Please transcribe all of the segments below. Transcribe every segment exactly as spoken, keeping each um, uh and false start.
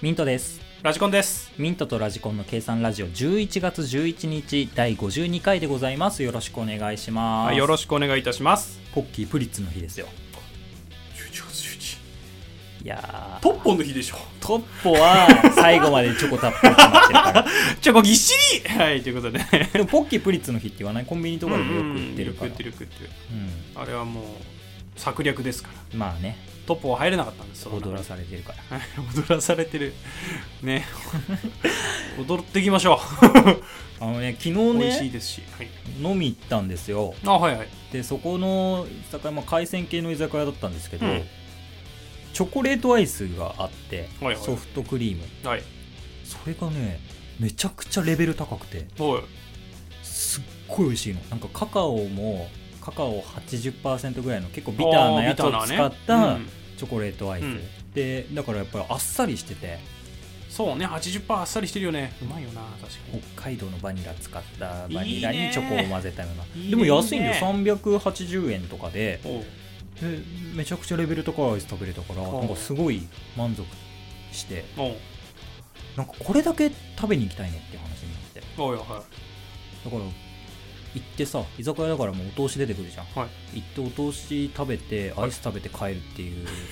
ミントです。 ラジコンです。 ミントとラジコンの計算ラジオじゅういちがつじゅういちにちだいごじゅうにかいでございます。よろしくお願いします。 はい、よろしくお願いいたします。 ポッキープリッツの日ですよ。 じゅういちがつじゅういちいやー、 トッポンの日でしょ。 トッポは最後までチョコたっぷり詰まってるからチョコぎっしり。はいということででもポッキープリッツの日って言わない？コンビニとかでもよく売ってるから、 うんうん、よく売ってるよく売ってる、 うん、 あれはもう策略ですから。 まあね、 トッポは入れなかったんです。 踊らされてるから踊らされてるね踊っていきましょうあのね、昨日ね、 美味しいですし、はい、 飲み行ったんですよ。 あ、はいはい。 でそこの居酒屋、まあ、海鮮系の居酒屋だったんですけど、うん、チョコレートアイスがあって、はいはい、ソフトクリーム、はい、それがねめちゃくちゃレベル高くて、はい、すっごい美味しいの。なんかカカオもカカオ はちじゅっパーセント ぐらいの結構ビターなやつを使ったチョコレートアイス、うん、でだからやっぱりあっさりしてて、 そうね、 はちじゅっパーセント あっさりしてるよね。うまいよな、確かに。 北海道のバニラ使ったバニラにチョコを混ぜたような。いいね。でも安いんだよ、さんびゃくはちじゅうえんとかで、でめちゃくちゃレベル高いアイス食べれたから、なんかすごい満足して、なんかこれだけ食べに行きたいねっていう話になって、 おい、はい、だから行ってさ、居酒屋だからもうお通し出てくるじゃん、はい、行ってお通し食べてアイス食べて帰るっていう、はい、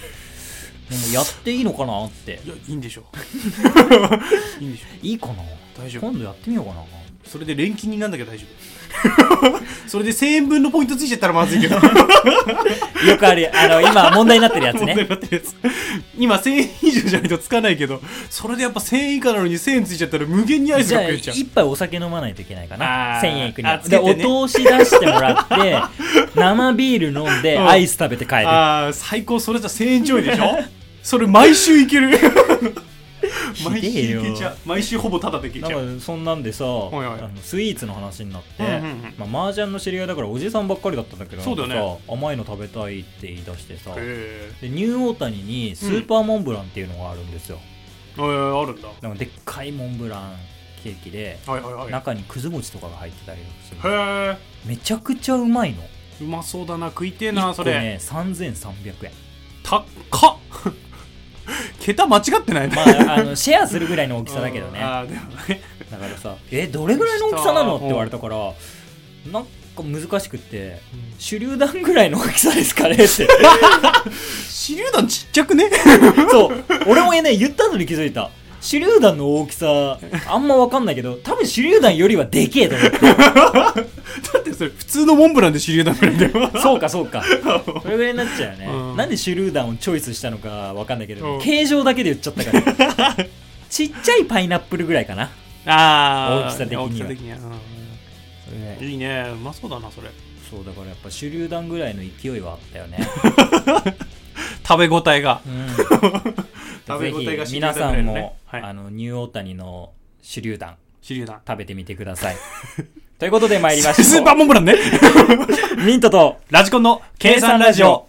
でもやっていいのかなって。 いや、いいんでしょいいんでしょいいかな、大丈夫、今度やってみようかな。 それで錬金になんなきゃ大丈夫それでせんえんぶんのポイントついちゃったらまずいけどよくある、あの今問題になってるやつね。 問題になってるやつ。今せんえん以上じゃないとつかないけど、それでやっぱせんえん以下なのにせんえんついちゃったら無限にアイスが食えちゃう。 じゃあ一杯お酒飲まないといけないかな、せんえんいくには。でお通し出してもらって生ビール飲んでアイス食べて帰る、うん、 ああ最高。それじゃせんえんちょいでしょそれ毎週いける毎週いけちゃう。毎週ほぼタダでいけちゃう。 なんかそんなんでさ、はいはい、あのスイーツの話になって、うんうんうん、まあ、麻雀の知り合いだからおじさんばっかりだったんだけど、そうだよね、さ甘いの食べたいって言い出してさ、でニューオータニにスーパーモンブランっていうのがあるんですよ、 うん、あるんだ。 なんかでっかいモンブランケーキで、はいはいはい、中にくず餅とかが入ってたりする。へー、めちゃくちゃうまいの。 うまそうだな、食いてえな。それいっこねさんぜんさんびゃくえん。 高っ桁間違ってないね。 まあ、あのシェアするぐらいの大きさだけどね。 あでもね、 だからさ、えどれぐらいの大きさなのって言われたから、なんか難しくって、手榴弾ぐらいの大きさですかねって手榴弾ちっちゃくねそう俺もね言ったのに気づいた。手榴弾の大きさあんま分かんないけど、多分手榴弾よりはでけえと思ってだってそれ普通のモンブランで手榴弾ぐらいだよそうかそうかそれぐらいになっちゃうよね、うん、なんで手榴弾をチョイスしたのか分かんないけど、うん、形状だけで言っちゃったからちっちゃいパイナップルぐらいかな。あ大きさ的には。大きさ的には、うん、それね、 いいね、うまそうだなそれ。 そうだからやっぱ手榴弾ぐらいの勢いはあったよね食べ応えが、うん、 食べ応えが、ね、皆さんも、はい、あのニューオータニの手榴弾手榴弾食べてみてくださいということで参りましょう。 スーパーモンブランねミントとラジコンの計算ラジオ。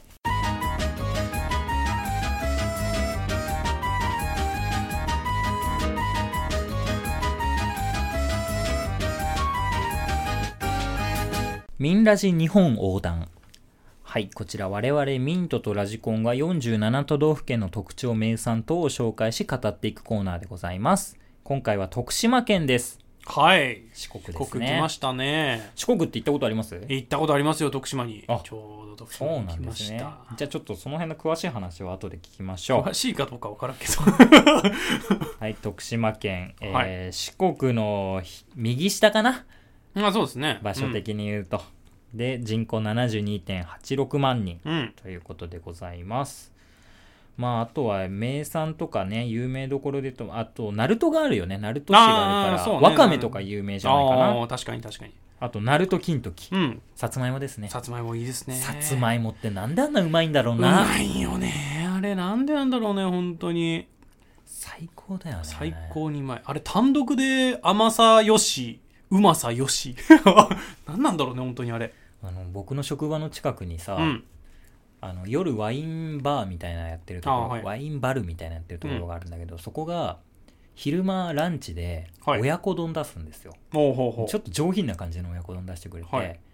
ミンラジ日本横断。はい、こちら我々ミントとラジコンがよんじゅうなな都道府県の特徴名産等を紹介し語っていくコーナーでございます。今回は徳島県です。 はい、 四国ですね。 四国来ましたね。 四国って行ったことあります？ 行ったことありますよ、徳島に。 あ、 ちょうど徳島に来ました。そうなんですね。 じゃあちょっとその辺の詳しい話は後で聞きましょう。 詳しいかどうか分からんけどはい、徳島県、えーはい、四国の右下かな。 あ、そうですね、 場所的に言うと、うん、で人口 ななじゅうにてんはちろくまんにん、うん、ということでございます。まああとは名産とかね、有名どころでと、あと鳴門があるよね。鳴門市があるから、ね、わかめとか有名じゃないかな。 あ、確かに確かに。 あと鳴門金時、うん、さつまいもですね。 さつまいもいいですね。 さつまいもってなんであんなうまいんだろうな。 うまいよねあれ。なんでなんだろうね、本当に最高だよね。 最高にうまい。あれ単独で甘さよしうまさよしなんなんだろうね本当にあれ。 あの僕の職場の近くにさ、うん、あの夜ワインバーみたいなやってるところ、はい、ワインバルみたいなやってるところがあるんだけど、うん、そこが昼間ランチで親子丼出すんですよ、はい、ちょっと上品な感じの親子丼出してくれて、はい、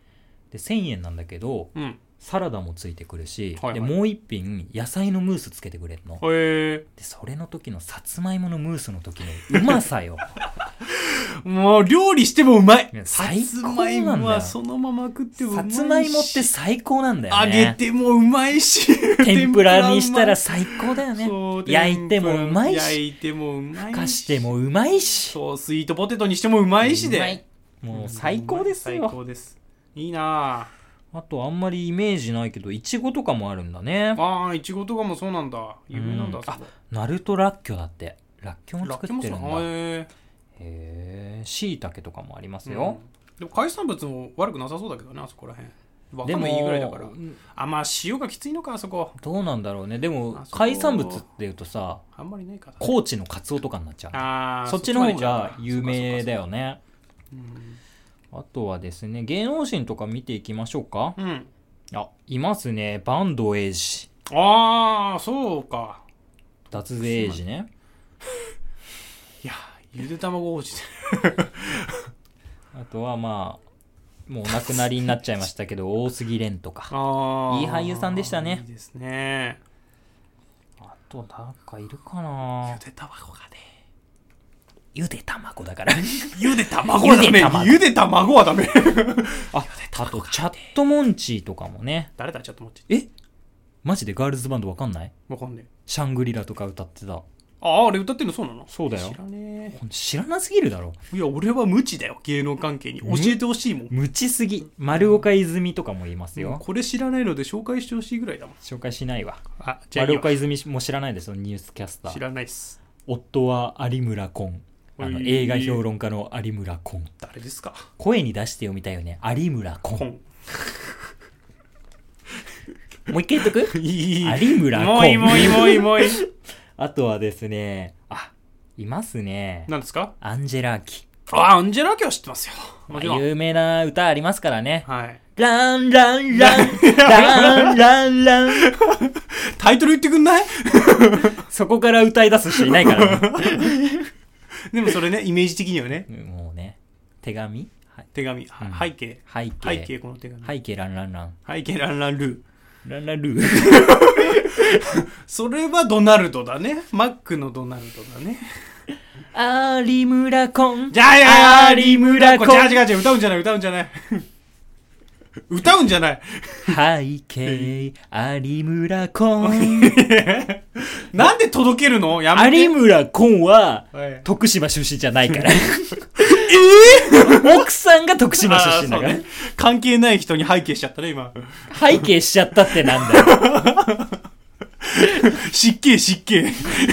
でせんえんなんだけど、 うん、 サラダもついてくるし、 はいはい、 でもう一品野菜のムースつけてくれるの。 へー。 でそれの時のさつまいものムースの時のうまさよもう料理してもうまい。 最高なんだよ。 さつまいもはそのまま食ってもうまいし、 さつまいもって最高なんだよね。 揚げてもうまいし天ぷらにしたら最高だよね。焼いてもうまいし、 焼いてもうまいし、 ふかしてもうまいし、 そうスイートポテトにしてもうまいしで、うまい、 もう最高ですよ。 最高です。いいなあとあんまりイメージないけどいちごとかもあるんだね。 ああ、いちごとかもそうなんだ。有名なんだ。うん、 あ、ナルトラッキョだって。ラッキョも作ってるんだ。 へえ。しいたけとかもありますよ、 うん、でも海産物も悪くなさそうだけどね、あそこらへん。わかんないぐらいだから。あ、まあ塩がきついのかあそこ。 どうなんだろうね。でも海産物っていうとさ、 あんまりないかな。 高知のカツオとかになっちゃう。 あ、 そっちの方が有名だよね。 うん、 あとはですね、芸能人とか見ていきましょうか。 うん、 あ、いますね。坂東栄治。 ああ、そうか。 脱税栄治ね。 いや、ゆで卵王子あとはまあもうお亡くなりになっちゃいましたけど大杉蓮とか、 あ、 いい俳優さんでしたね。 いいですね。 あとなんかいるかな。 ゆで卵がね、 ゆで卵だからゆで卵はダメ。ゆで卵はダメあ, あとチャットモンチーとかもね。 誰だチャットモンチー。えマジでガールズバンドわかんない？ わかんねえ。 シャングリラとか歌ってた。 ああ、あれ歌ってんの？そうなの？ そうだよ。 知らねえ。 知らなすぎるだろ。 いや、俺は無知だよ、芸能関係に。教えてほしいもん。 無知すぎ。丸岡泉とかもいますよ、うん、 これ知らないので紹介してほしいぐらいだもん。 紹介しないわ。 あ、じゃあいいわ。 丸岡泉も知らないですよ、ニュースキャスター。 知らないっす。 夫は有村昆、あの映画評論家の有村昆。 誰ですか？ 声に出して読みたいよね。有村昆。もう一回言っとく？ いい。 有村昆。 もういいもういいもういいもういい。 あとはですね、あ、いますね。 何ですか？ アンジェラ・アキ。 あ、アンジェラ・アキは知ってますよ。 まあ、有名な歌ありますからね。 はい。 ランランランランランランタイトル言ってくんない？ そこから歌い出す人いないからね。 でもそれね、イメージ的にはね。 もうね、手紙、 はい、手紙、うん、背景。 背景。 背景、この手紙。 背景ランランラン。 背景ランランルー。 ランランルー。 それはドナルドだね。マックのドナルドだね。 有村昆。 じゃあや有村昆。違う違う違う、歌うんじゃない、歌うんじゃない。歌うんじゃない。 背景、有村昆。 なんで届けるの？やめて。 有村昆は、徳島出身じゃないから。えー、奥さんが徳島出身だから、ね。 関係ない人に背景しちゃったね、今。 背景しちゃったってなんだよ。 失敬失敬。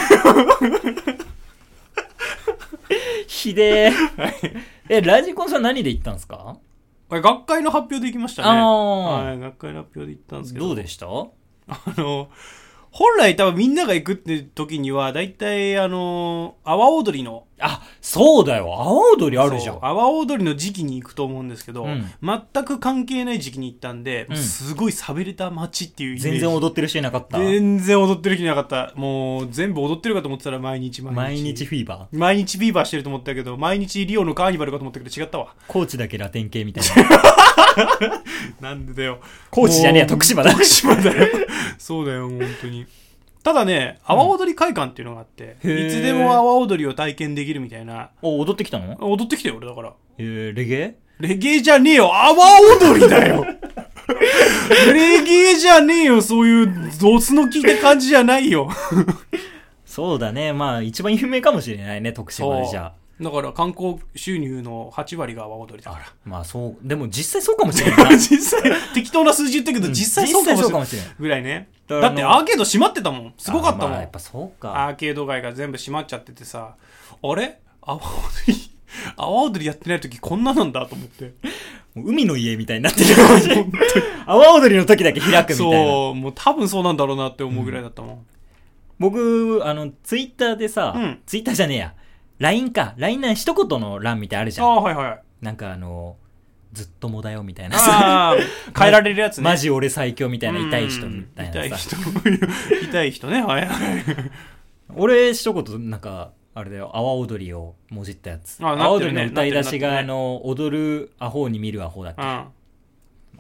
ひでー。え、ラジコンさん何で行ったんですか？ 学会の発表で行きましたね。はい、学会の発表で行ったんですけど。 どうでした？あの、本来多分みんなが行くって時には、だいたいあの、阿波踊りの。 あ、そうだよ。阿波踊りあるじゃん。 阿波踊りの時期に行くと思うんですけど、うん、全く関係ない時期に行ったんで、うん、すごい寂れた街っていうイメージ。 全然踊ってる人いなかった。 全然踊ってる人いなかった。もう全部踊ってるかと思ってたら毎日毎日。 毎日フィーバー毎日フィーバーしてると思ったけど、毎日リオのカーニバルかと思ったけど違ったわ。 高知だけラテン系みたいな。なんでだよ。 高知じゃねえや、徳島だ。 徳島だよ。そうだよ、本当に。ただね、阿波踊り会館っていうのがあって、うん、いつでも阿波踊りを体験できるみたいな。 お、踊ってきたの？ 踊ってきたよ、俺だから。 えー、レゲエ？ レゲエじゃねえよ、阿波踊りだよ。レゲエじゃねえよ、そういうドスの効いた感じじゃないよ。 そうだね、まあ一番有名かもしれないね、徳島でじゃあ。 だから観光収入のはち割が阿波踊りだから。 まあそう、でも実際そうかもしれない。 実際、適当な数字言ったけど、実際そうかもしれない。ぐらいね。だってアーケード閉まってたもん。すごかったもん。まあ、 やっぱそうか。 アーケード街が全部閉まっちゃっててさ、あれ阿波踊り、阿波踊りやってない時こんななんだと思って。 もう海の家みたいになってる。阿波踊りの時だけ開くみたいな。 そう、もう多分そうなんだろうなって思うぐらいだったもん。うん、 僕、あの、ツイッターでさ、 うん、 ツイッターじゃねえや。ライン か。ライン な一言の欄みたいあるじゃん。 ああ、はいはい。 なんかあの、ずっともだよみたいなさ。あ変えられるやつね。 マジ俺最強みたいな痛い人みたいなさ。 痛い人。痛い人ね。はいはい。 俺一言なんか、あれだよ、阿波踊りをもじったやつ。阿波踊りの歌い出しが、あの、踊るアホに見るアホだっけ。あ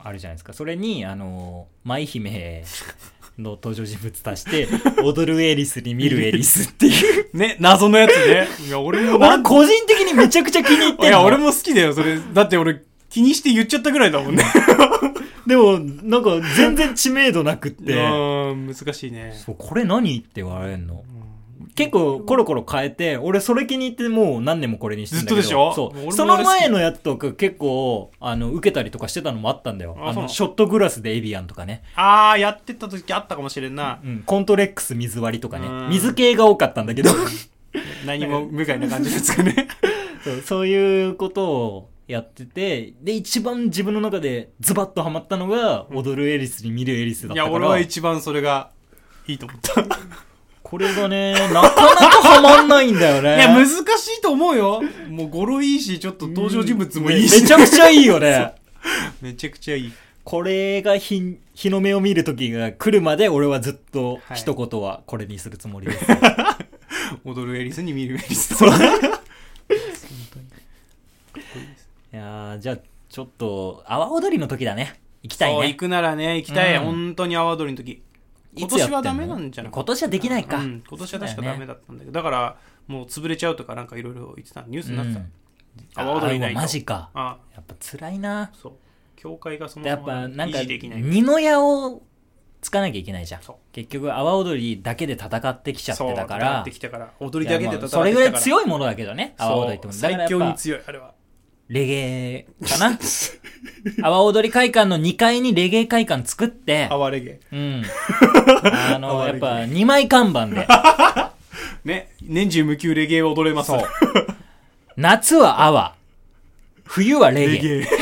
あるじゃないですか。それにあの舞姫の登場人物足して踊るエリスに見るエリスっていうね、謎のやつね。いや俺も俺個人的にめちゃくちゃ気に入ってんの。 いや俺も好きだよそれ。だって俺気にして言っちゃったぐらいだもんね。 でもなんか全然知名度なくって難しいね。 そうこれ何って言われんの、うん、結構コロコロ変えて俺それ気に入ってもう何年もこれにしてんだけどずっとでしょ。 そうその前のやつとか結構あの受けたりとかしてたのもあったんだよ。あのショットグラスでエビアンとかね。 ああやってた時あったかもしれんな、 うん、コントレックス水割りとかね水系が多かったんだけど何も無害な感じですかね。 そうそういうことをやっててで一番自分の中でズバッとハマったのが踊るエリスに見るエリスだったから。 いや俺は一番それがいいと思ったこれがねなかなかハマんないんだよね。 いや難しいと思うよ。もう語呂いいしちょっと登場人物もいいし、 めちゃくちゃいいよねめちゃくちゃいい。 これが日日の目を見る時が来るまで俺はずっと一言はこれにするつもりです、 はい、踊るエリスに見るエリスいやじゃあちょっと阿波踊りの時だね。行きたいね。 そう行くならね行きたい、うん、本当に阿波踊りの時。今年はダメなんじゃないか。 今年はできないか、 うん、今年は確かダメだったんだけど だ,、ね、だからもう潰れちゃうとかなんかいろいろ言ってたニュースになってた、うん、阿波踊りないと。 マジか。 あやっぱ辛いな。 そう協会がそもそも維持できない。 二の矢をつかなきゃいけないじゃん。結局阿波踊りだけで戦ってきちゃってたから戦ってきたから踊りだけで戦ってきたからそれぐらい強いものだけどね阿波踊りっても最強に強いあれはレゲエかな阿波踊り会館のにかいにレゲエ会館作って阿波レゲエうんあのやっぱにまい看板でね年中無休レゲエを踊れます。そう夏は阿波冬はレゲエ、レゲエ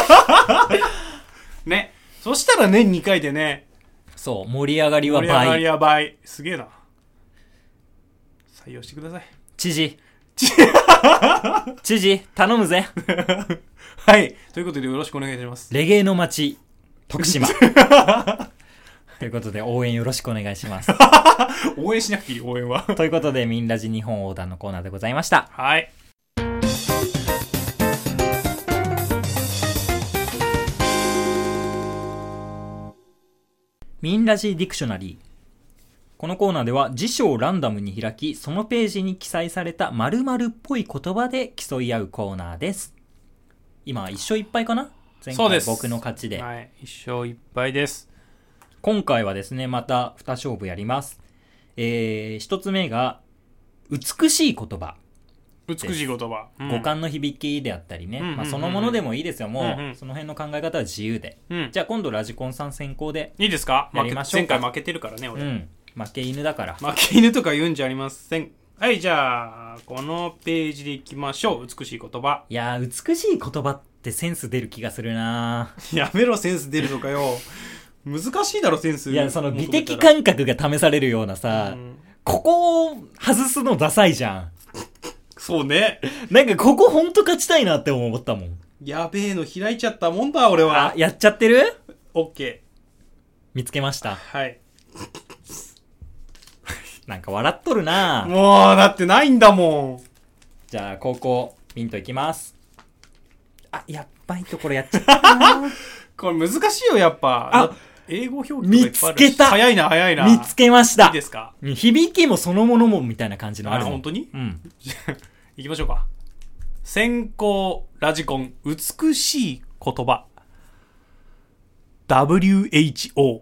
ねそしたら年にかいでねそう盛り上がりは倍。 盛り上がりは倍。すげえな。採用してください知事知事頼むぜはい、ということでよろしくお願いします。 レゲエの街徳島ということで応援よろしくお願いします応援しなくていい応援はということでミンラジ日本横断のコーナーでございました。 はい。 ミンラジディクショナリー。このコーナーでは辞書をランダムに開きそのページに記載された〇〇っぽい言葉で競い合うコーナーです。今一勝一敗かな。前回僕の勝ちで、 はい、一勝一敗です。 今回はですねまた二勝負やります。えー、一つ目が美しい言葉。 美しい言葉、 うん、五感の響きであったりね、うんうんうんうん、まあ、そのものでもいいですよ。もう、うんうん、その辺の考え方は自由で、うん、じゃあ今度ラジコンさん先行でいいですか。 やりましょうか。 前回負けてるからね俺、うん、 負け犬だから。 負け犬とか言うんじゃありません。はい、じゃあこのページでいきましょう。美しい言葉。 いやー美しい言葉ってセンス出る気がするな。 やめろセンス出るのかよ難しいだろセンス。 いやその美的感覚が試されるようなさ、うん、ここを外すのダサいじゃんそうね。 なんかここほんと勝ちたいなって思ったもん。 やべえの開いちゃったもんだ俺は。 あ、やっちゃってる？ オッケー。 見つけました。 はい。 なんか笑っとるな。 もうだってないんだもん。 じゃあ高校ピンといきます。あ、やっばいところやっちゃったなこれ難しいよやっぱ。 あ、 英語表記とかいっぱいあるし。 見つけた。 早いな早いな。 見つけました。 いいですか。 響きもそのものもみたいな感じのあるの。 あ、本当に？ うん。 行きましょうか。先行ラジコン美しい言葉 ダブリューエイチオー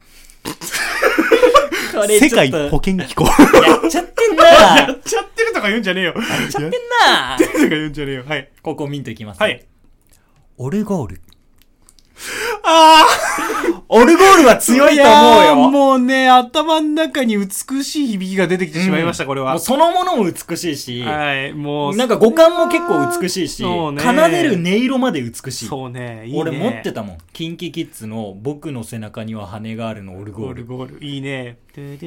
世界保健機構やっちゃってんなやっちゃってるとか言うんじゃねえよ。 やっちゃってんなやっちゃってるとか言うんじゃねえよ。はい。 ここミントいきます、 ね。はい。 オルゴール。 あーオルゴールは強いと思うよ。 もうね、頭の中に美しい響きが出てきてしまいました、うん、これは。 もうそのものも美しいし、 はい、もう。 なんか五感も結構美しいし、 そうね、 奏でる音色まで美しい。 そうね、いいね。 俺持ってたもん。キンキキッズの僕の背中には羽があるのオルゴール。 オルゴール、いいね。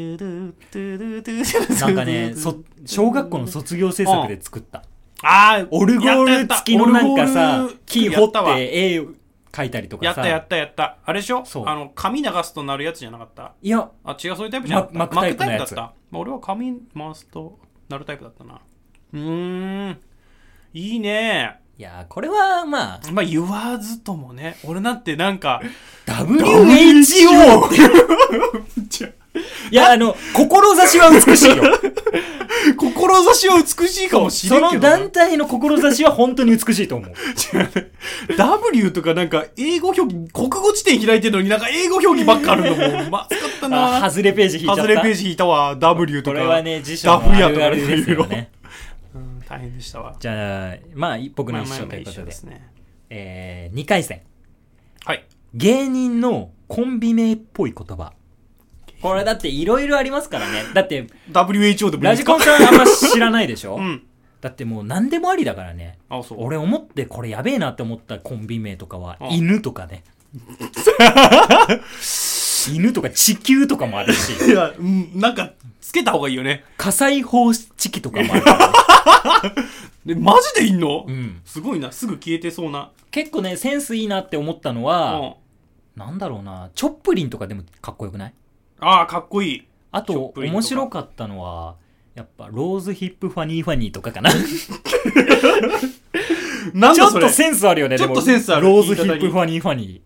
なんかね、そ小学校の卒業制作で作った。うん、 ああ、 オルゴール付きのなんかさ、木掘って絵を書いたりとかさ。 やったやったやった。あれでしょ？そう。あの、紙流すとなるやつじゃなかった？ いや。 あ、違う、そういうタイプじゃなかった。 巻くタイプのやつ。 巻くタイプだった。まあ、俺は紙回すとなるタイプだったな。うーん。いいね。 いいやこれはまあまあ言わずともね、俺なんてなんかダブリューエイチオー っていやあの志は美しいよ志は美しいかもしれんけど、 その団体の志は本当に美しいと思う。 ダブリュー とかなんか英語表記、国語辞典開いてるのになんか英語表記ばっかあるのもまずかったな。 外れページ引いちゃった。 外れページ引いたわ。 ダブリュー とかこれはね辞書のあるあるですよね。 うん、大変でしたわ。 じゃあまあ僕の一緒ということで、まあまあまあですね、えー、にかい戦、 はい、 芸人のコンビ名っぽい言葉。これだっていろいろありますからね。だってダブリューエイチオー でもいいラジコンさんあんま知らないでしょ、 うん、 だってもう何でもありだからね。 あ、そう。 俺思ってこれやべえなって思ったコンビ名とかは犬とかね犬とか地球とかもあるし、 いや、うん、なんかつけた方がいいよね。 火災報知器とかもあるからねでマジでいんの？ うん、すごいな。すぐ消えてそうな。 結構ねセンスいいなって思ったのは、うん、なんだろうな、チョップリンとかでもかっこよくない？ ああ、かっこいい。 あと面白かったのはやっぱローズヒップファニーファニーとかかななんだそれ。ちょっとセンスあるよね。 ちょっとセンスある。 ローズヒップファニーファニ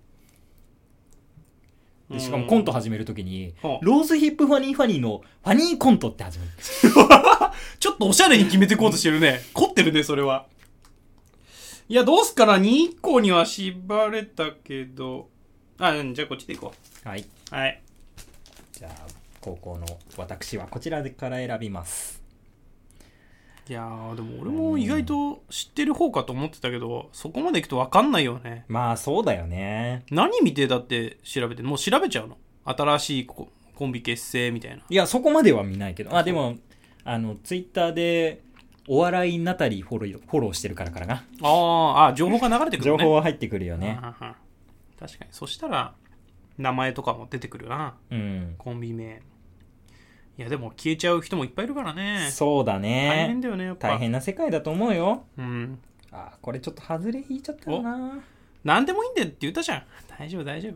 ーで、しかもコント始めるときにローズヒップファニーファニーのファニーコントって始めるちょっとおしゃれに決めていこうとしてるね。凝ってるねそれは。いやどうすっかな。にこには縛れたけど、あ、うん、じゃあこっちでいこう。はいはい。 じゃあ高校の私はこちらから選びます。 いやーでも俺も意外と知ってる方かと思ってたけど、そこまでいくと分かんないよね。 まあそうだよね。 何見てだって調べて、もう調べちゃうの。新しいコンビ結成みたいな。 いやそこまでは見ないけど、あでもあのツイッターでお笑いナタリーフォロー、フォローしてるからからな。 ああ、情報が流れてくるね。 情報は入ってくるよね。 確かに。そしたら名前とかも出てくるな。 うん。 コンビ名。いやでも消えちゃう人もいっぱいいるからね。 そうだね。 大変だよねやっぱ。 大変な世界だと思うよ。 うん。 あ、これちょっと外れ引いちゃったな。 なんでもいいんだよって言ったじゃん。大丈夫大丈夫。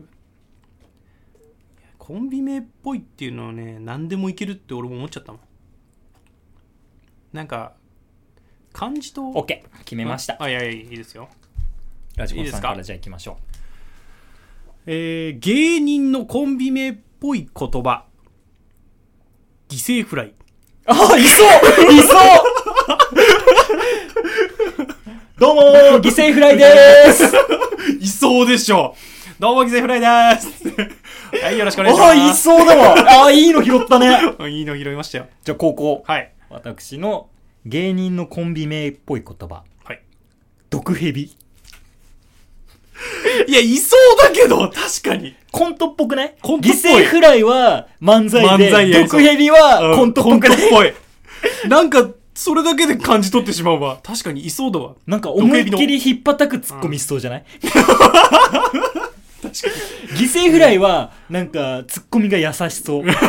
コンビ名っぽいっていうのはね、何でもいけるって俺も思っちゃったもん。なんか漢字と OK 決めました。 あ、いやいやいいですよ。 ラジコンさんからじゃあ行きましょう。 えー、芸人のコンビ名っぽい言葉。犠牲フライ。 あ、いそういそうどうもー犠牲フライでーすいそうでしょ。どうも犠牲フライでーすはい、よろしくお願いします。 あ、いそうだわ。あ、いいの拾ったね。 いいの拾いましたよ。 じゃあ高校。 はい。 私の芸人のコンビ名っぽい言葉。 はい。 毒蛇。 いや、いそうだけど、確かに。 コントっぽくない？ コントっぽい。 犠牲フライは漫才で、 漫才や毒蛇はコントっぽくない？ コントっぽい。なんか、それだけで感じ取ってしまうわ。確かにいそうだわ。 なんか思いっきり引っ叩くツッコミしそうじゃない？うん、確かに。犠牲フライは、なんか、ツッコミが優しそう。ね、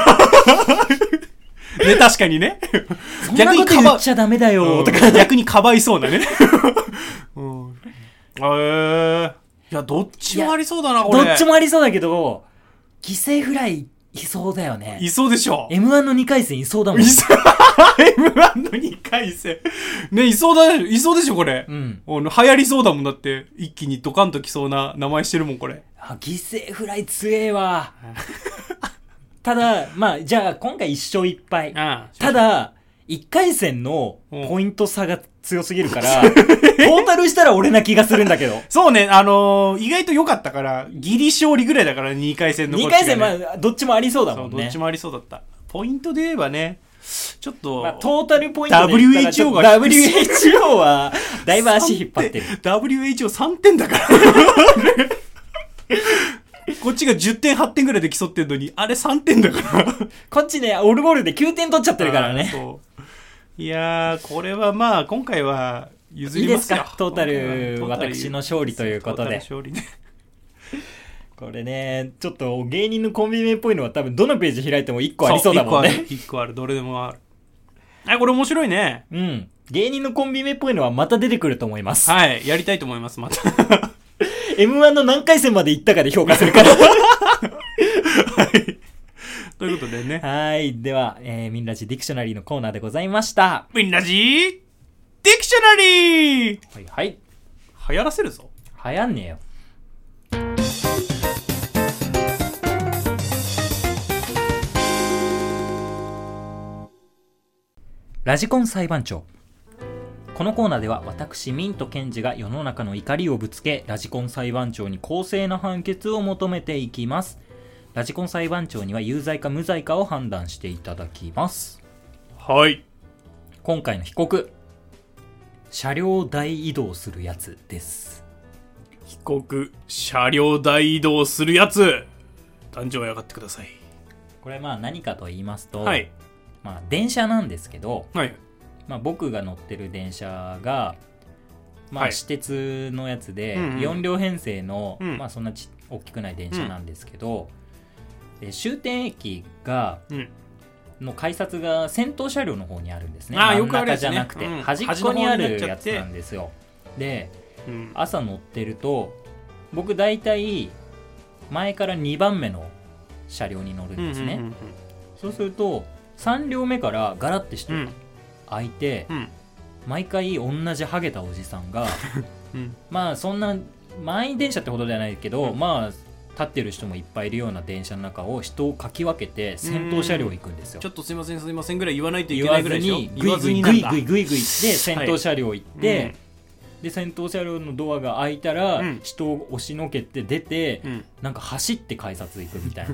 確かにね。 そんなこと言っちゃダメだよ、とか、 うん、逆にかばいそうなね。うん、えー、いや、どっちもありそうだな、これ。 どっちもありそうだけど、犠牲フライいそうだよね。 いそうでしょ。 エムワン のにかい戦いそうだもん。 いそう。エムワン のにかい戦。ね、いそうだ、いそうでしょ、これ。 うん。 流行りそうだもんだって。一気にドカンときそうな名前してるもん、これ。 あ、犠牲フライ強えわ。ただ、まあ、じゃあ、今回一勝一敗。 ああ、 ただ、一回戦のポイント差が強すぎるから、トータルしたら俺な気がするんだけど。 そうね、あのー、意外と良かったから、ギリ勝利ぐらいだから、にかい戦のこっちが、ね。 にかい戦、まあ、どっちもありそうだもんね。 そう、どっちもありそうだった。ポイントで言えばね、ちょっと、 まあ、トータルポイントでダブリューエイチオー がダブリューエイチオー はだいぶ足引っ張ってる。 ダブリューエイチオーさんてんだからこっちがじゅってんはってんぐらいで競ってんのに、あれさんてんだからこっちね、オルゴールできゅうてん取っちゃってるからね。 そういやー、これはまあ今回は譲りますよ。 いいですか、トータル私の勝利ということで。 勝利ねこれね、ちょっと芸人のコンビ名っぽいのは多分どのページ開いてもいっこありそうだもんね。 いっこある、いっこある、どれでもある。あ、これ面白いね。 うん。芸人のコンビ名っぽいのはまた出てくると思います。 はい、やりたいと思います、また。 エムワン の何回戦まで行ったかで評価するから。 はい。ということでね。 はい。では、えー、ミンラジディクショナリーのコーナーでございました。 ミンラジディクショナリーはいはい。 流行らせるぞ。 流行んねえよ。ラジコン裁判長。このコーナーでは私ミント検事が世の中の怒りをぶつけ、ラジコン裁判長に公正な判決を求めていきます。ラジコン裁判長には有罪か無罪かを判断していただきます。 はい。 今回の被告、車両大移動するやつです。 被告、車両大移動するやつ、壇上へ上がってください。 これまあ何かと言いますと、 はい、 まあ電車なんですけど、 はい、 まあ、僕が乗ってる電車が、まあ、私鉄のやつでよん両編成の、うん、まあ、そんなち大きくない電車なんですけど、うん、で終点駅が、うん、の改札が先頭車両の方にあるんですね。 あ、 真ん中じゃなくて、うん、端っこにあるやつなんですよ。で、 うん、 朝乗ってると僕大体前からにばんめの車両に乗るんですね、うんうんうんうん、そうするとさん両目からガラッてして、うん開いて、うん、毎回同じハゲたおじさんが、うん、まあそんな満員電車ってほどではないけど、うん、まあ立ってる人もいっぱいいるような電車の中を人をかき分けて先頭車両行くんですよ。 ちょっとすいませんすいませんぐらい言わないといけないぐらいでしょ。 言わずにグイグイグイグイグイって先頭車両行って、はい、で先頭車両のドアが開いたら、うん、人を押しのけて出て、うん、なんか走って改札行くみたいな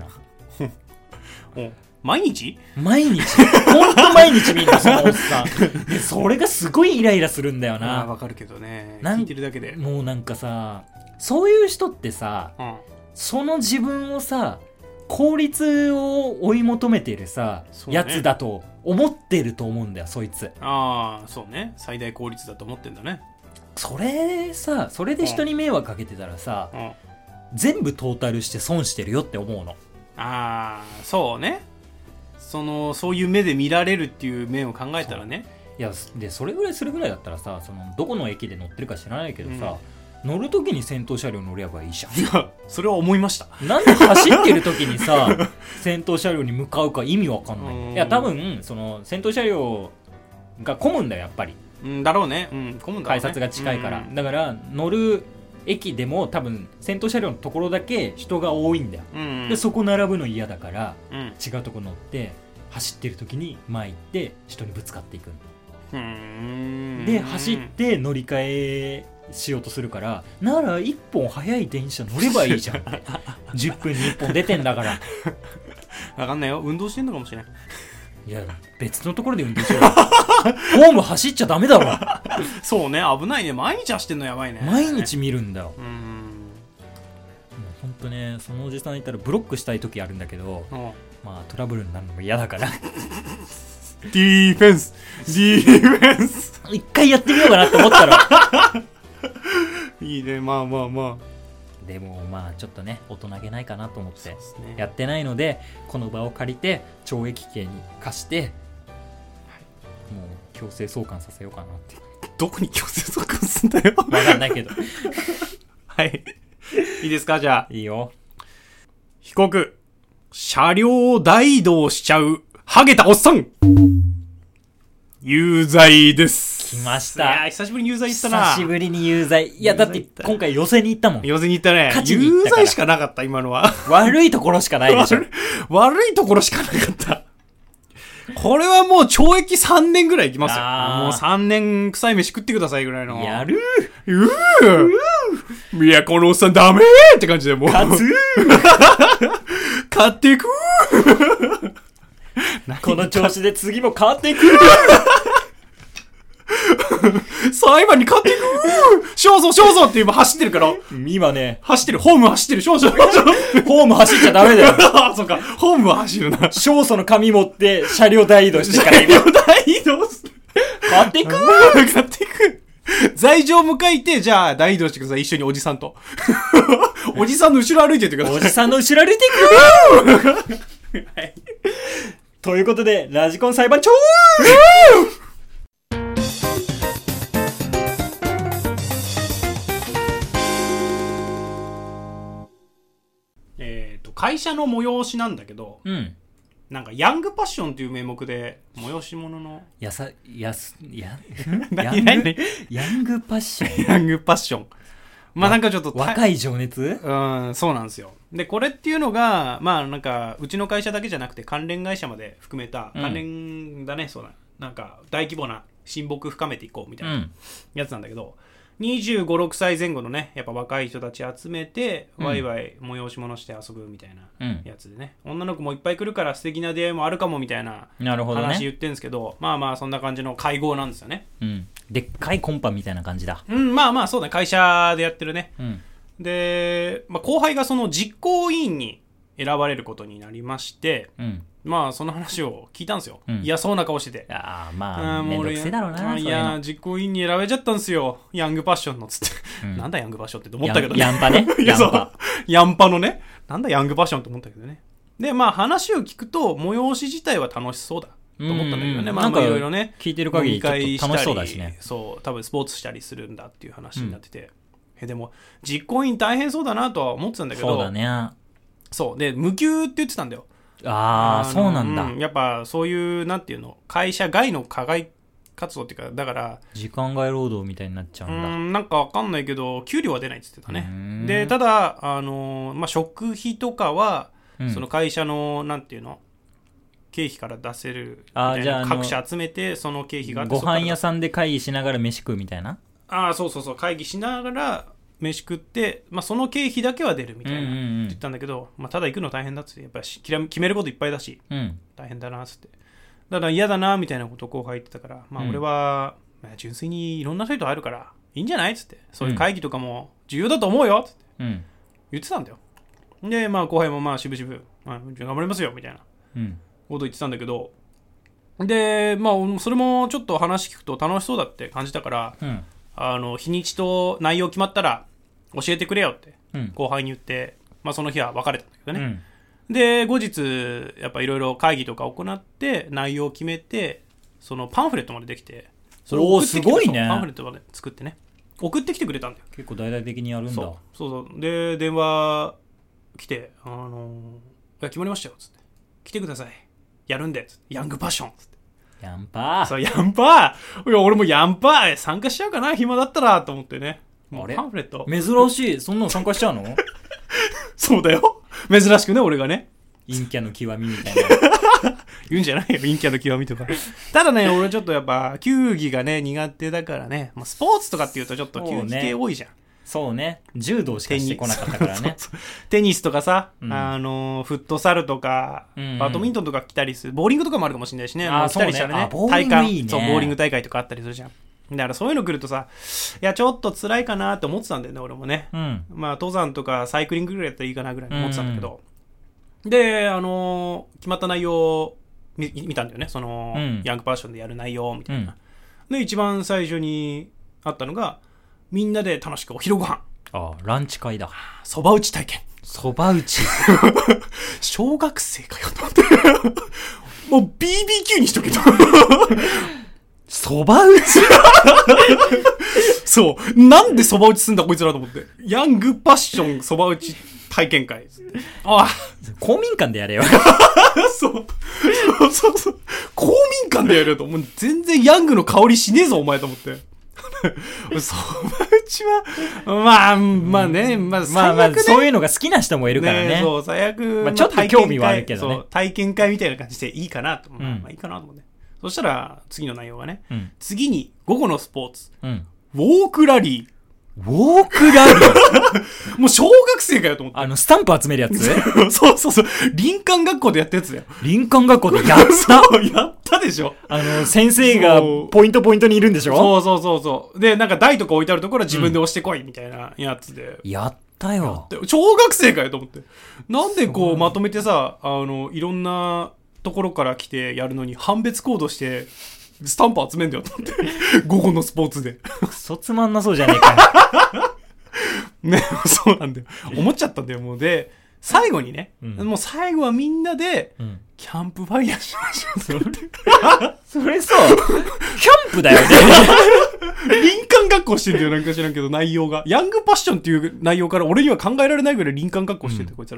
毎日毎日ほんと毎日見るのそのおっさんでそれがすごいイライラするんだよな。 わかるけどね、聞いてるだけでもうなんかさ、そういう人ってさ、うん、その自分をさ効率を追い求めてるさ、ね、やつだと思ってると思うんだよそいつ。 ああそうね、最大効率だと思ってんだね。 それさ、それで人に迷惑かけてたらさ、うん、全部トータルして損してるよって思うの。 ああそうね、そのそういう目で見られるっていう面を考えたらね。 いやでそれぐらいするぐらいだったらさ、そのどこの駅で乗ってるか知らないけどさ、うん、乗るときに先頭車両乗ればいいじゃん。 いやそれは思いました。 なんで走ってるときにさ先頭車両に向かうか意味わかんない。いや多分その先頭車両が混むんだよやっぱり。 うんだろうね、うん、混むんだろうね、 改札が近いから、うん、だから乗る駅でも多分先頭車両のところだけ人が多いんだよ、うんうん、でそこ並ぶの嫌だから、うん、違うとこ乗って走ってる時に前行って人にぶつかっていくうーんで走って乗り換えしようとするから、ならいっぽん早い電車乗ればいいじゃんってじゅっぷんにいっぽん出てんだから分かんないよ、運動してんのかもしれない。 いや別のところで運動しようホーム走っちゃダメだろそうね、危ないね、毎日走ってんのやばいね。 毎日見るんだよ。うん、もうほんとね、そのおじさんいたらブロックしたい時あるんだけど、まあトラブルになるのも嫌だからディフェンスディフェンス一回やってみようかなって思ったらいいね、まあまあまあ。 でもまあちょっとね大人げないかなと思ってやってないので、この場を借りて懲役刑に課して、はい、もう強制送還させようかなって。 どこに強制送還すんだよ分かんないけどはいいいですか、じゃあいいよ。 被告、車両を大移動しちゃうハゲたおっさん有罪です。 来ました。 いや久しぶりに有罪行ったな。 久しぶりに有罪。いやだって今回寄せに行ったもん。 寄せに行ったね。 勝ちに行ったから。 有罪しかなかった今のは。 悪いところしかないでしょ。 悪, 悪いところしかなかった。これはもう懲役さんねんぐらいいきますよ。もうさんねん臭い飯食ってくださいぐらいの。 やるー。うー。いやこのおっさんダメーって感じでもう。 勝つー。 勝っていくー。 この調子で次も変わっていく裁判に勝っていく勝訴勝訴って今走ってるから今ね走ってるホーム走ってる勝訴ホーム走っちゃダメだよあそうかホームは走るな勝訴の紙持って車両大移動してから車両大移動する変わっていく変わっていく罪状も書いてじゃあ大移動してください一緒におじさんとおじさんの後ろ歩いてってくださいおじさんの後ろ歩いていくはいということでラジコン裁判長えっと会社の催しなんだけど、 うん、 なんかヤングパッションという名目で催し物のやさやすやヤングヤングパッションヤングパッションまあなんかちょっと若い情熱。 うんそうなんですよ。でこれっていうのがまあなんかうちの会社だけじゃなくて関連会社まで含めた関連だね、うん、そうだなんか大規模な親睦深めていこうみたいなやつなんだけど、うん、にじゅうご、ろくさいぜん後のねやっぱ若い人たち集めて、うん、ワイワイ催し物して遊ぶみたいなやつでね、うん、女の子もいっぱい来るから素敵な出会いもあるかもみたいな話言ってるんですけど、ね、まあまあそんな感じの会合なんですよね、 うん、でっかいコンパみたいな感じだ。 うんまあまあそうだね会社でやってるね、うん、で、まあ、後輩がその実行委員に選ばれることになりまして、うん、まあその話を聞いたんですよ、うん、嫌そうな顔してて、 あまあめんどくせえだろうな。 いや実行委員に選べちゃったんですよヤングパッションのつって、うん、なんだヤングパッションって思ったけどね。 ヤンパねヤンパヤンパのねなんだヤングパッションって思ったけどね。でまあ話を聞くと催し自体は楽しそうだと思ったんだけどね、うんうん、まあまあいろいろね聞いてる限りちょっと楽しそうだしね。 そう多分スポーツしたりするんだっていう話になってて、うん、えでも実行委員大変そうだなとは思ってたんだけど、 そうだね。 そうで無給って言ってたんだよ。 ああそうなんだ、 うん、やっぱそういうなんていうの会社外の課外活動っていうかだから時間外労働みたいになっちゃうんだ。 うんなんかわかんないけど給料は出ないって言ってたね。でただあの、まあ、食費とかは、うん、その会社のなんていうの経費から出せるみたいな。各社集めてその経費があってご飯屋さんで会議しながら飯食うみたいな。 ああそうそうそう会議しながら飯食って、まあ、その経費だけは出るみたいな、うんうんうん、って言ったんだけど、まあ、ただ行くの大変だっつってやっぱり決めることいっぱいだし、うん、大変だなっつってだから嫌だなみたいなことを後輩言ってたから、まあ、俺は、うんまあ、純粋にいろんな人と会えるからいいんじゃないっつってそういう会議とかも重要だと思うよっつって、うん、言ってたんだよ。で、まあ、後輩もまあ渋々、まあ、頑張りますよみたいなこと言ってたんだけど、で、まあ、それもちょっと話聞くと楽しそうだって感じたから、うんあの日にちと内容決まったら教えてくれよって後輩に言って、うんまあ、その日は別れたんだけどね、うん、で後日やっぱいろいろ会議とか行って内容を決めてそのパンフレットまでできてそれを送ってきてすごいね。 パンフレットまで作ってね送ってきてくれたんだよ。 結構大々的にやるんだ。 そうそうそうで電話来てあのいや決まりましたよつって来てくださいやるんでつってヤングパッションつってヤンパーそうヤンパーいや俺もヤンパー参加しちゃうかな暇だったらと思ってね。 あれパンフレット珍しいそんなの参加しちゃうのそうだよ珍しくね俺がね陰キャの極みみたいな言うんじゃないよ陰キャの極みとかただね俺ちょっとやっぱ球技がね苦手だからね、まあ、スポーツとかっていうとちょっと球技系多いじゃん。 そうね柔道しかしてこなかったからねそうそうテニスとかさ、うん、あのフットサルとか、うんうん、バドミントンとか来たりするボーリングとかもあるかもしれないしね。 あ来たりしたらねボーリングいいね。 そうボーリング大会とかあったりするじゃん。だからそういうの来るとさいやちょっと辛いかなって思ってたんだよね俺もね、うん、まあ登山とかサイクリングぐらいだったらいいかなぐらい思ってたんだけど、うん、であの決まった内容を 見, 見たんだよねその、うん、ヤングパッションでやる内容みたいな、うん、で一番最初にあったのがみんなで楽しくお昼ご飯ああランチ会だ。 そば打ち体験。 そば打ち小学生かよと思ってもう ビービーキュー にしとけとそば打ちそうなんでそば打ちすんだこいつらと思ってヤングパッションそば打ち体験会ああ公民館でやれよそうそうそう公民館でやれよともう全然ヤングの香りしねえぞお前と思ってそば打ちはまあまあね、まあ最悪ね、まあまあそういうのが好きな人もいるからね。 ねそう最悪、 まあ、ちょっと興味はあるけどね。そう体験会みたいな感じでいいかなと、うん、まあいいかなと思って。そしたら次の内容がね、うん、次に午後のスポーツ、うん、ウォークラリー。 ウォークラリーもう小学生かよと思って。 あの、スタンプ集めるやつそうそうそう。林間学校でやったやつだよ。 林間学校でやったそう、やったでしょ。 あの、先生がポイントポイントにいるんでしょ。 そうそうそうそう。で、なんか台とか置いてあるところは自分で押してこいみたいなやつで。 うん、やったよ。 小学生かよと思って。なんでこうまとめてさ、あの、いろんなところから来てやるのに判別コードして、スタンプ集めんだよと思って午後のスポーツでクソつまんなそうじゃねえかよねそうなんだよ思っちゃったんだよもうで最後にね、うん、もう最後はみんなで、うん、キャンプファイヤーしましょうそれさキャンプだよね林間学校してんだよなんか知らんけど内容がヤングパッションっていう内容から俺には考えられないぐらい林間学校してて、うん、こいつら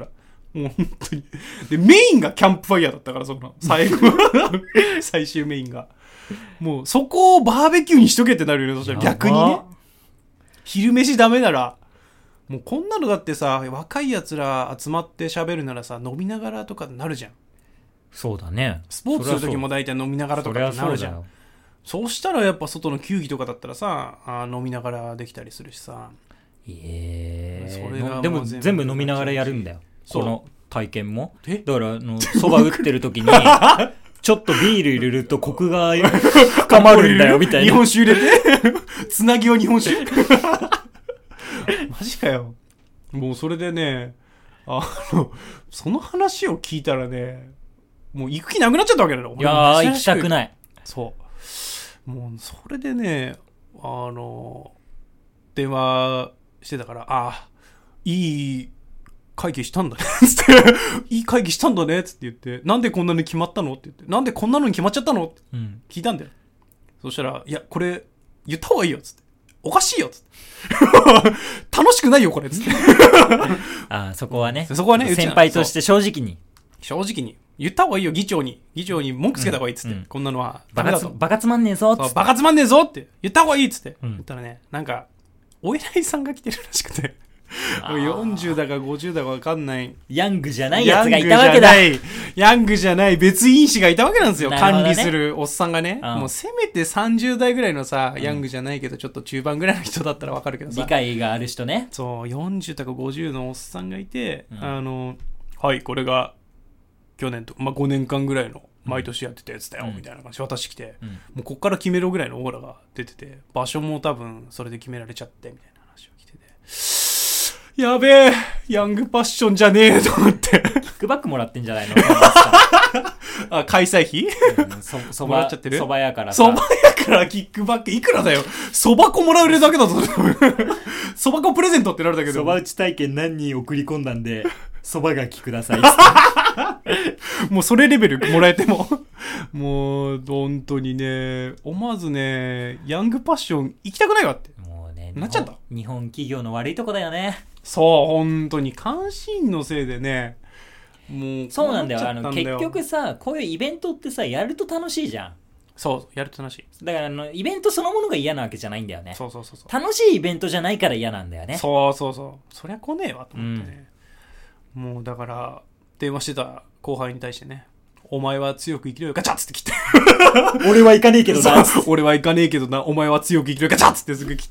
もう本当に。で、メインがキャンプファイヤーだったから、その、最後。最終メインが。もう、そこをバーベキューにしとけってなるよね、そしたら逆にね。昼飯ダメなら、もうこんなのだってさ、若い奴ら集まって喋るならさ、飲みながらとかになるじゃん。 そうだね。 スポーツする時も大体飲みながらとかになるじゃん。そうしたらやっぱ外の球技とかだったらさ、あ飲みながらできたりするしさ。 ええー、それがでも全部飲みながらやるんだよ。この体験も。 えだからあのそば打ってる時にちょっとビール入れるとコクが深まるんだよみたいな。 日本酒入れてつなぎを日本酒マジかよ。もうそれでね、あのその話を聞いたらね、もう行く気なくなっちゃったわけだよ。 いやー行きたくない。 そうもうそれでね、あの電話してたから、あいい会議したんだねつっていい会議したんだねつって言って、なんでこんなのに決まったのって言って、なんでこんなのに決まっちゃったのって聞いたんだよ、うん、そしたら、いやこれ言った方がいいよつって、おかしいよつって楽しくないよこれつってあそこはね、 そこはね先輩として正直に正直に言った方がいいよ、議長に議長に文句つけた方がいいっつって、うん、こんなのはバカつバカつまんねえぞっつって、 バカつまんねえぞって言った方がいいっつって、うん、言ったらね、なんかお偉いさんが来てるらしくてよんじゅうだかごじゅうだか分かんないヤングじゃないやつがいたわけだ。 ヤングじゃない別因子がいたわけなんですよ、ね、管理するおっさんがね、うん、もうせめてさんじゅう代ぐらいのさ、ヤングじゃないけどちょっと中盤ぐらいの人だったら分かるけどさ、 理解がある人ね。 そうよんじゅうだかごじゅうのおっさんがいて、うん、あのはいこれが去年と、まあ、ごねんかんぐらいの毎年やってたやつだよ、うん、みたいな感じで渡してきて、うん、もうこっから決めろぐらいのオーラが出てて、場所も多分それで決められちゃってみたいな話を聞いてて、やべえヤングパッションじゃねえと思ってキックバックもらってんじゃないのあ開催費、 うん、そそばもらっちゃってる、そば屋からそば屋からキックバックいくらだよ、そば粉もらえるだけだぞそば粉プレゼントってなるだけど、 そば打ち体験何人送り込んだんでそばがきくださいもうそれレベルもらえてももう本当にね、思わずねヤングパッション行きたくないわってもう、ね、なっちゃった。 日本企業の悪いとこだよね。 そう本当に監視員のせいでね、もうそうなんだよ。あの結局さ、こういうイベントってさやると楽しいじゃん。 そうやると楽しい。 だからあのイベントそのものが嫌なわけじゃないんだよね。 そうそうそうそう、 楽しいイベントじゃないから嫌なんだよね。 そうそうそう、そりゃ来ねえわと思ってね、うん、もうだから電話してた後輩に対してね、お前は強く生きろよガチャッつって切って俺は行かねえけどな俺は行かねえけどな、お前は強く生きろよガチャッつってすぐ切って、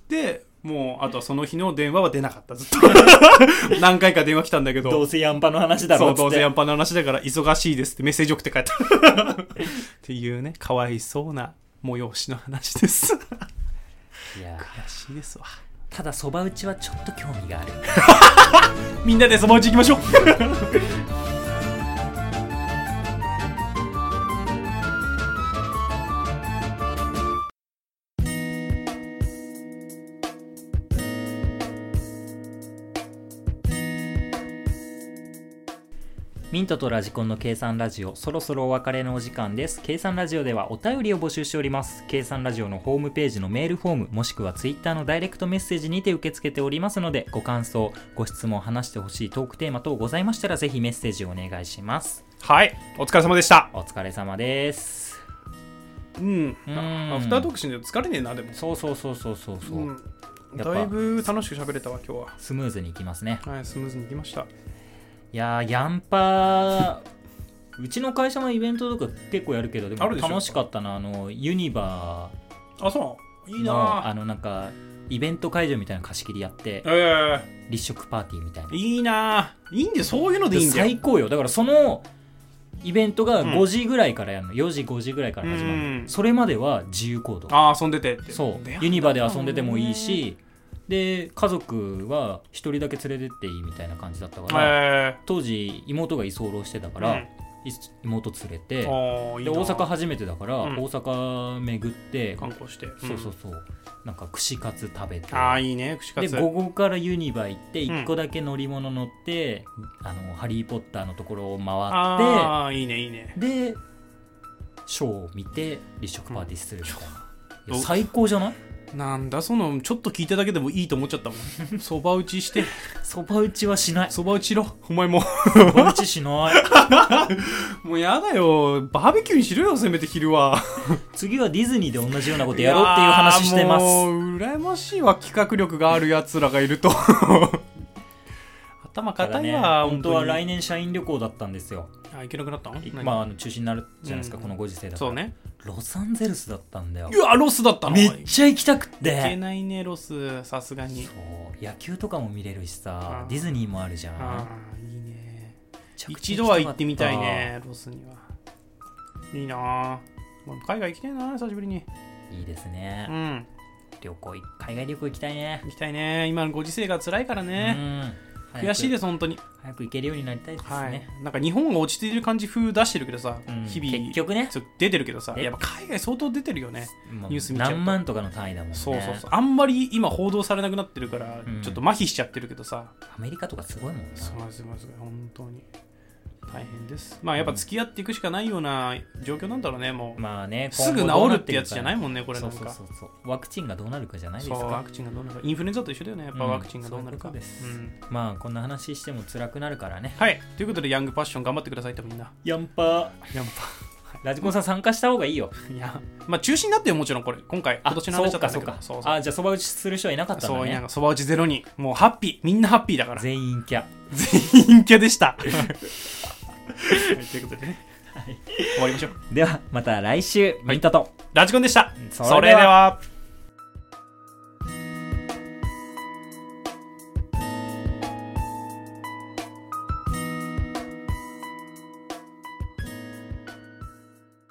もうあとはその日の電話は出なかったずっと何回か電話来たんだけど、 どうせヤンパの話だろうっつって、 そうどうせヤンパの話だから忙しいですってメッセージ送って帰ったっていうね、かわいそうな催しの話ですいや悔しいですわ。 ただそば打ちはちょっと興味があるみんなでそば打ち行きましょうミントとラジコンの計算ラジオ、そろそろお別れのお時間です。計算ラジオではお便りを募集しております。計算ラジオのホームページのメールフォーム、もしくはツイッターのダイレクトメッセージにて受け付けておりますので、ご感想、ご質問、話してほしいトークテーマ等ございましたら、ぜひメッセージをお願いします。 はい、お疲れ様でした。 お疲れ様です。 うん、うん、アフタートークしないと疲れねえな。でもそうそうそうそうそうそう、うん、 だいぶ楽しく喋れたわ今日は。 スムーズにいきますね。 はい、スムーズにいきました。 いやーヤンパーうちの会社のイベントとか結構やるけど、でも楽しかったな。あのユニバー、あそういいな、 あのなんかイベント会場みたいな貸し切りやって、 えー、 立食パーティーみたいな。 いいないいんで、そういうのでいいんだよ。 最高よ。だからそのイベントがごじぐらいからやるの、うん、よじごじぐらいから始まる、うん、それまでは自由行動。 あ遊んでてって。 そうユニバーで遊んでてもいいし、で家族は一人だけ連れてっていいみたいな感じだったから、えー、当時妹が居候してたから、うん、妹連れて、で大阪初めてだから、うん、大阪巡って観光して、 そうそうそう、うん、なんか串カツ食べて、 ああいいね串カツで午後からユニバ行っていっこだけ乗り物乗って、うん、あのハリーポッターのところを回って、 ああいいねいいね、 でショーを見て立食パーティーするみたいな、うん、最高じゃない？ なんだそのちょっと聞いただけでもいいと思っちゃったもん。そば打ちしてそば打ちはしない。 そば打ちしろお前もそば打ちしないもうやだよ、バーベキューにしろよせめて昼は次はディズニーで同じようなことやろうっていう話してます。 もう羨ましいわ、企画力があるやつらがいると頭固いわ、 ね、本当は来年社員旅行だったんですよ。 あ、行けなくなったの？ まあ、あの中止になるじゃないですか、うん、このご時世だから。 そうね、 ロサンゼルスだったんだよ。 うわ、ロスだったの？ めっちゃ行きたくって行けないね、ロス、さすがに。 そう野球とかも見れるしさ、ディズニーもあるじゃん。 あいいね、一度は行ってみたいね、ロスには。いいな、海外行きたいな、久しぶりに。 いいですね、 うん、 旅行、海外旅行行きたいね。 行きたいね、今のご時世が辛いからね。うん、悔しいです、本当に。 早く行けるようになりたいですね、はい、 なんか日本が落ち着いてる感じ風出してるけどさ、うん、日々 結局ね出てるけどさ、やっぱ海外相当出てるよね、ニュース見ちゃうと何万とかの単位だもんね。 そうそうそう、あんまり今報道されなくなってるから、うん、ちょっと麻痺しちゃってるけどさ、 アメリカとかすごいもんな。 すごいすごいすごい、本当に大変です。まあやっぱ付き合っていくしかないような状況なんだろうね、もう。まあね、すぐ治るってやつじゃないもんね、これなんか。そうそうそう、 ワクチンがどうなるかじゃないですか。 そう、ワクチンがどうなるか。インフルエンザと一緒だよね、やっぱワクチンがどうなるか。うん、そういうことです。 うん、まあこんな話しても辛くなるからね。 はい。ということでヤングパッション頑張ってくださいって、みんな。 ヤンパー。ヤンパー。ラジコンさん参加した方がいいよ。いや、まあ中止になってよ、もちろんこれ。今回、今年の話だったんだけど。そうか。あ、じゃあそば打ちする人はいなかったんだね。そう、そば打ちゼロに。もうハッピー。みんなハッピーだから。全員キャ。全員キャでした。はい、ということでね、はい、終わりましょう。ではまた来週、ミントとラジコンでした。それでは。